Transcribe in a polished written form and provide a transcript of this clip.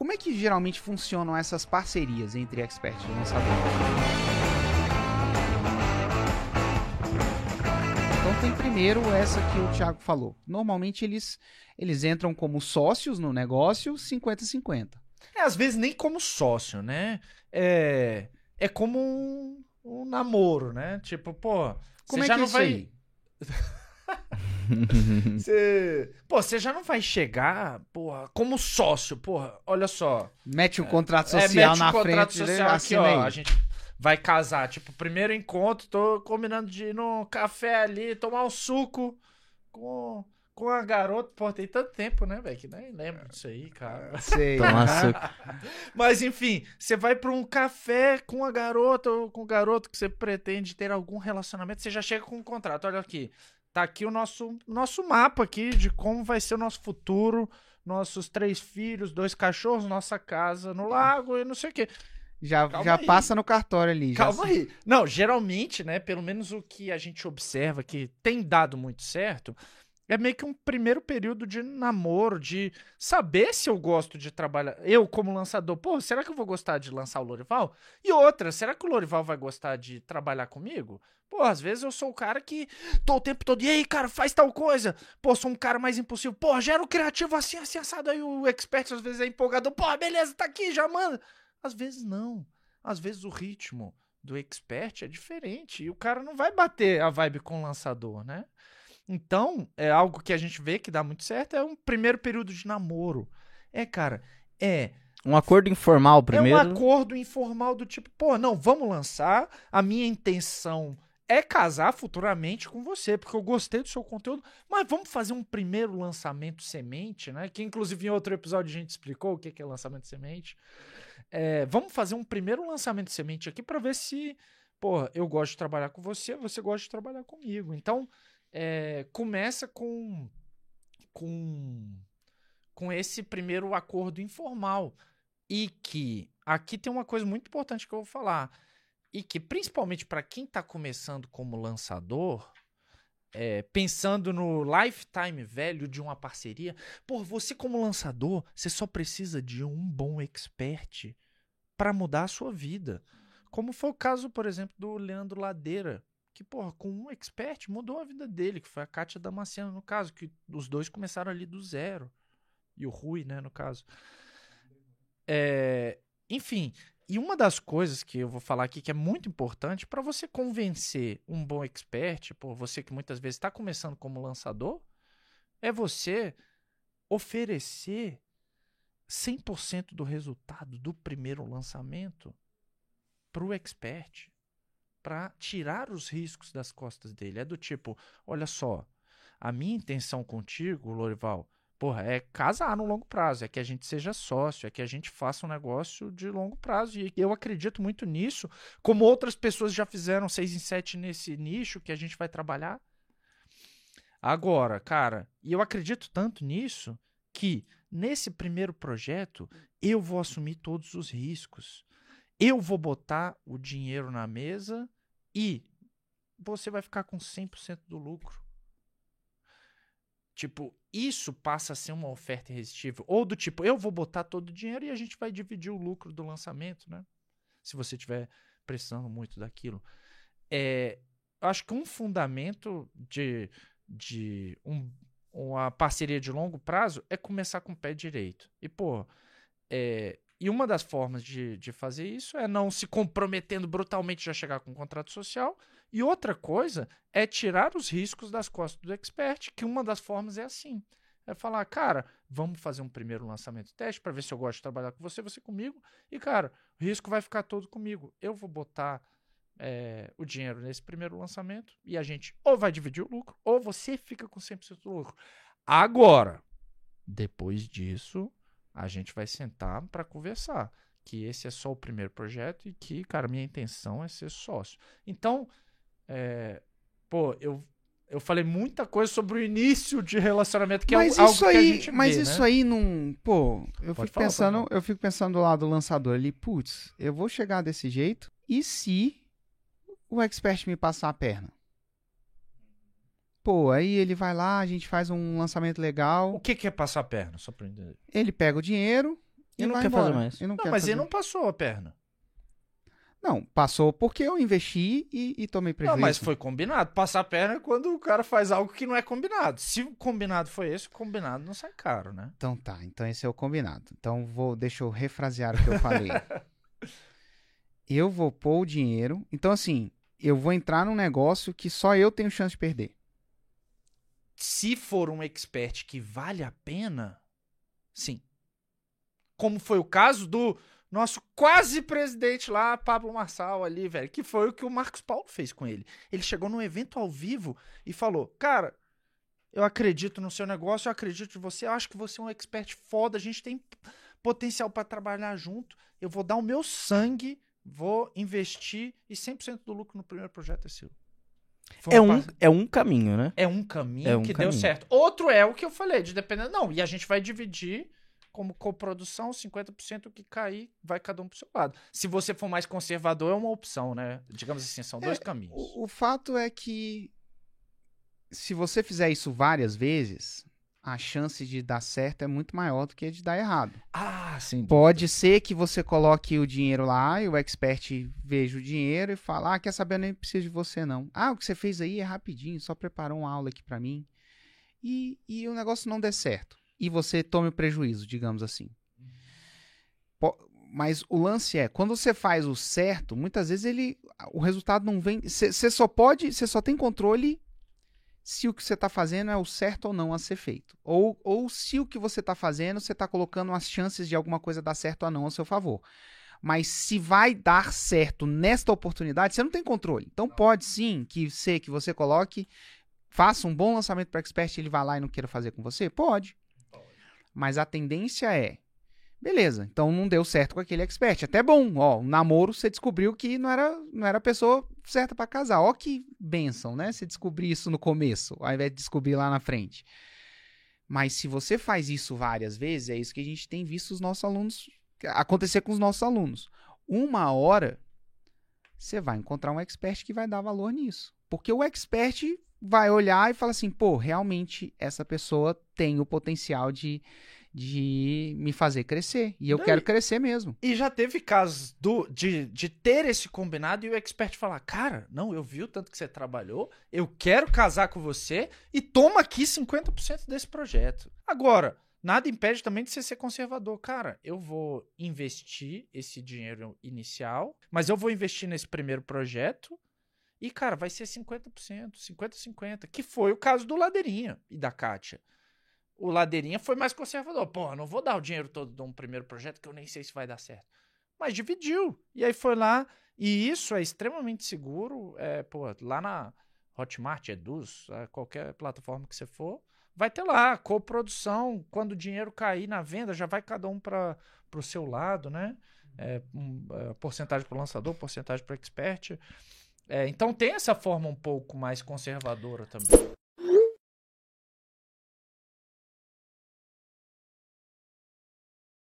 como é que geralmente funcionam essas parcerias entre expert e lançador? Então tem primeiro essa que o Thiago falou. Normalmente eles entram como sócios no negócio, 50-50. Às vezes nem como sócio, né? É como um namoro, né? Tipo, pô, Como você é já que é não isso vai... aí? Você já não vai chegar, porra, como sócio, porra, olha só. Mete um contrato social mete na um contrato frente, social aqui, assina ó. aí. A gente vai casar. Tipo, primeiro encontro, tô combinando de ir num café ali, tomar um suco com a garota. Pô, tem tanto tempo, né, velho? Que nem lembro disso aí, cara. Sei. Tomar aham. suco. Mas enfim, você vai pra um café com a garota ou com o garoto que você pretende ter algum relacionamento, você já chega com um contrato. Olha aqui, tá aqui o nosso mapa aqui de como vai ser o nosso futuro, nossos 3 filhos, 2 cachorros, nossa casa no lago e não sei o quê. Já aí. passa no cartório ali. Calma aí. Não, geralmente, né, pelo menos o que a gente observa que tem dado muito certo, é meio que um primeiro período de namoro, de saber se eu gosto de trabalhar. Eu, como lançador, pô, será que eu vou gostar de lançar o Lorival? E outra, será que o Lorival vai gostar de trabalhar comigo? Pô, às vezes eu sou o cara que tô o tempo todo, e aí, cara, faz tal coisa. Pô, sou um cara mais impulsivo. Pô, gera o criativo assim, assim, assado. Aí o expert às vezes é empolgado. Pô, beleza, tá aqui, já manda. Às vezes não. Às vezes o ritmo do expert é diferente. E o cara não vai bater a vibe com o lançador, né? Então, é algo que a gente vê que dá muito certo, é um primeiro período de namoro. Cara, Um acordo informal primeiro. é um acordo informal do tipo, pô, não, vamos lançar, a minha intenção é casar futuramente com você, porque eu gostei do seu conteúdo, mas vamos fazer um primeiro lançamento semente, né? Que inclusive em outro episódio a gente explicou o que é lançamento semente. Vamos fazer um primeiro lançamento semente aqui para ver se, pô, eu gosto de trabalhar com você, você gosta de trabalhar comigo. Então, começa com esse primeiro acordo informal. E que aqui tem uma coisa muito importante que eu vou falar. E que, principalmente para quem está começando como lançador, pensando no lifetime value de uma parceria, pô, você como lançador, você só precisa de um bom expert para mudar a sua vida. Como foi o caso, por exemplo, do Leandro Ladeira, que, porra, com um expert mudou a vida dele, que foi a Kátia Damasceno, no caso, que os dois começaram ali do zero. E o Rui, né, no caso. Enfim, e uma das coisas que eu vou falar aqui que é muito importante para você convencer um bom expert, por você que muitas vezes está começando como lançador, é você oferecer 100% do resultado do primeiro lançamento para o expert, para tirar os riscos das costas dele. É do tipo, olha só, a minha intenção contigo, Lorival, porra, é casar no longo prazo, é que a gente seja sócio, é que a gente faça um negócio de longo prazo. E eu acredito muito nisso, como outras pessoas já fizeram 6 em 7 nesse nicho que a gente vai trabalhar. Agora, cara, e eu acredito tanto nisso que nesse primeiro projeto eu vou assumir todos os riscos. Eu vou botar o dinheiro na mesa e você vai ficar com 100% do lucro. Tipo, isso passa a ser uma oferta irresistível. Ou do tipo, eu vou botar todo o dinheiro e a gente vai dividir o lucro do lançamento, né? Se você estiver precisando muito daquilo. Eu acho que um fundamento de uma parceria de longo prazo é começar com o pé direito. E, pô, e uma das formas de fazer isso é não se comprometendo brutalmente já chegar com um contrato social. E outra coisa é tirar os riscos das costas do expert, que uma das formas é assim. É falar, cara, vamos fazer um primeiro lançamento teste para ver se eu gosto de trabalhar com você comigo. E, cara, o risco vai ficar todo comigo. Eu vou botar o dinheiro nesse primeiro lançamento e a gente ou vai dividir o lucro ou você fica com 100% do lucro. Agora, depois disso, a gente vai sentar para conversar. Que esse é só o primeiro projeto e que, cara, minha intenção é ser sócio. Então, eu falei muita coisa sobre o início de relacionamento, que mas é algo isso que a aí, gente mas vê, isso né? aí não... Pô, eu Pode fico falar, pensando, pode falar. eu fico pensando lá do lançador ali, putz, eu vou chegar desse jeito, e se o expert me passar a perna? Pô, aí ele vai lá, a gente faz um lançamento legal, O que é passar a perna? Só pra eu entender. ele pega o dinheiro E não vai quer fazer embora. mais. E não Não, quer mas fazer. ele não passou a perna. Não, passou porque eu investi e tomei prejuízo. Não, mas foi combinado. Passar a perna é quando o cara faz algo que não é combinado. Se o combinado foi esse, o combinado não sai caro, né? Então tá, então esse é o combinado. Então deixa eu refrasear o que eu falei. Eu vou pôr o dinheiro. Então assim, eu vou entrar num negócio que só eu tenho chance de perder. Se for um expert que vale a pena, sim. Como foi o caso do nosso quase presidente lá, Pablo Marçal ali, velho, que foi o que o Marcos Paulo fez com ele. Ele chegou num evento ao vivo e falou, cara, eu acredito no seu negócio, eu acredito em você, eu acho que você é um expert foda, a gente tem potencial pra trabalhar junto, eu vou dar o meu sangue, vou investir e 100% do lucro no primeiro projeto é seu. Foi uma É um caminho, né? É um caminho É um que caminho. deu certo. Outro é o que eu falei, de dependendo. Não, e a gente vai dividir como coprodução, 50% que cair, vai cada um pro seu lado. Se você for mais conservador, é uma opção, né? Digamos assim, são dois caminhos. O fato é que se você fizer isso várias vezes, a chance de dar certo é muito maior do que de dar errado. Ah, sim. Pode ser que você coloque o dinheiro lá e o expert veja o dinheiro e fala, quer saber, eu nem preciso de você não. O que você fez aí é rapidinho, só preparou uma aula aqui pra mim. E o negócio não der certo. E você tome o prejuízo, digamos assim. Mas o lance é, quando você faz o certo, muitas vezes o resultado não vem... Você só tem controle se o que você está fazendo é o certo ou não a ser feito. Ou se o que você está fazendo, você está colocando as chances de alguma coisa dar certo ou não a seu favor. Mas se vai dar certo nesta oportunidade, você não tem controle. Então pode sim que você coloque, faça um bom lançamento para expert e ele vá lá e não queira fazer com você? Pode. Mas a tendência é, beleza, então não deu certo com aquele expert. Até bom, o namoro você descobriu que não era a pessoa certa para casar. Ó que bênção, né? Você descobrir isso no começo, ao invés de descobrir lá na frente. Mas se você faz isso várias vezes, é isso que a gente tem visto os nossos alunos acontecer com os nossos alunos. Uma hora, você vai encontrar um expert que vai dar valor nisso. Porque o expert vai olhar e falar assim, pô, realmente essa pessoa tem o potencial de me fazer crescer. E eu quero crescer mesmo. E já teve casos de ter esse combinado e o expert falar, cara, não, eu vi o tanto que você trabalhou, eu quero casar com você e toma aqui 50% desse projeto. Agora, nada impede também de você ser conservador. Cara, eu vou investir esse dinheiro inicial, mas eu vou investir nesse primeiro projeto e, cara, vai ser 50%, 50-50, que foi o caso do Ladeirinha e da Kátia. O Ladeirinha foi mais conservador. Pô, não vou dar o dinheiro todo de um primeiro projeto que eu nem sei se vai dar certo. Mas dividiu. E aí foi lá. E isso é extremamente seguro. Lá na Hotmart, Eduz, qualquer plataforma que você for, vai ter lá coprodução. Quando o dinheiro cair na venda, já vai cada um para o seu lado, né? Porcentagem para o lançador, porcentagem para o expert. Então tem essa forma um pouco mais conservadora também.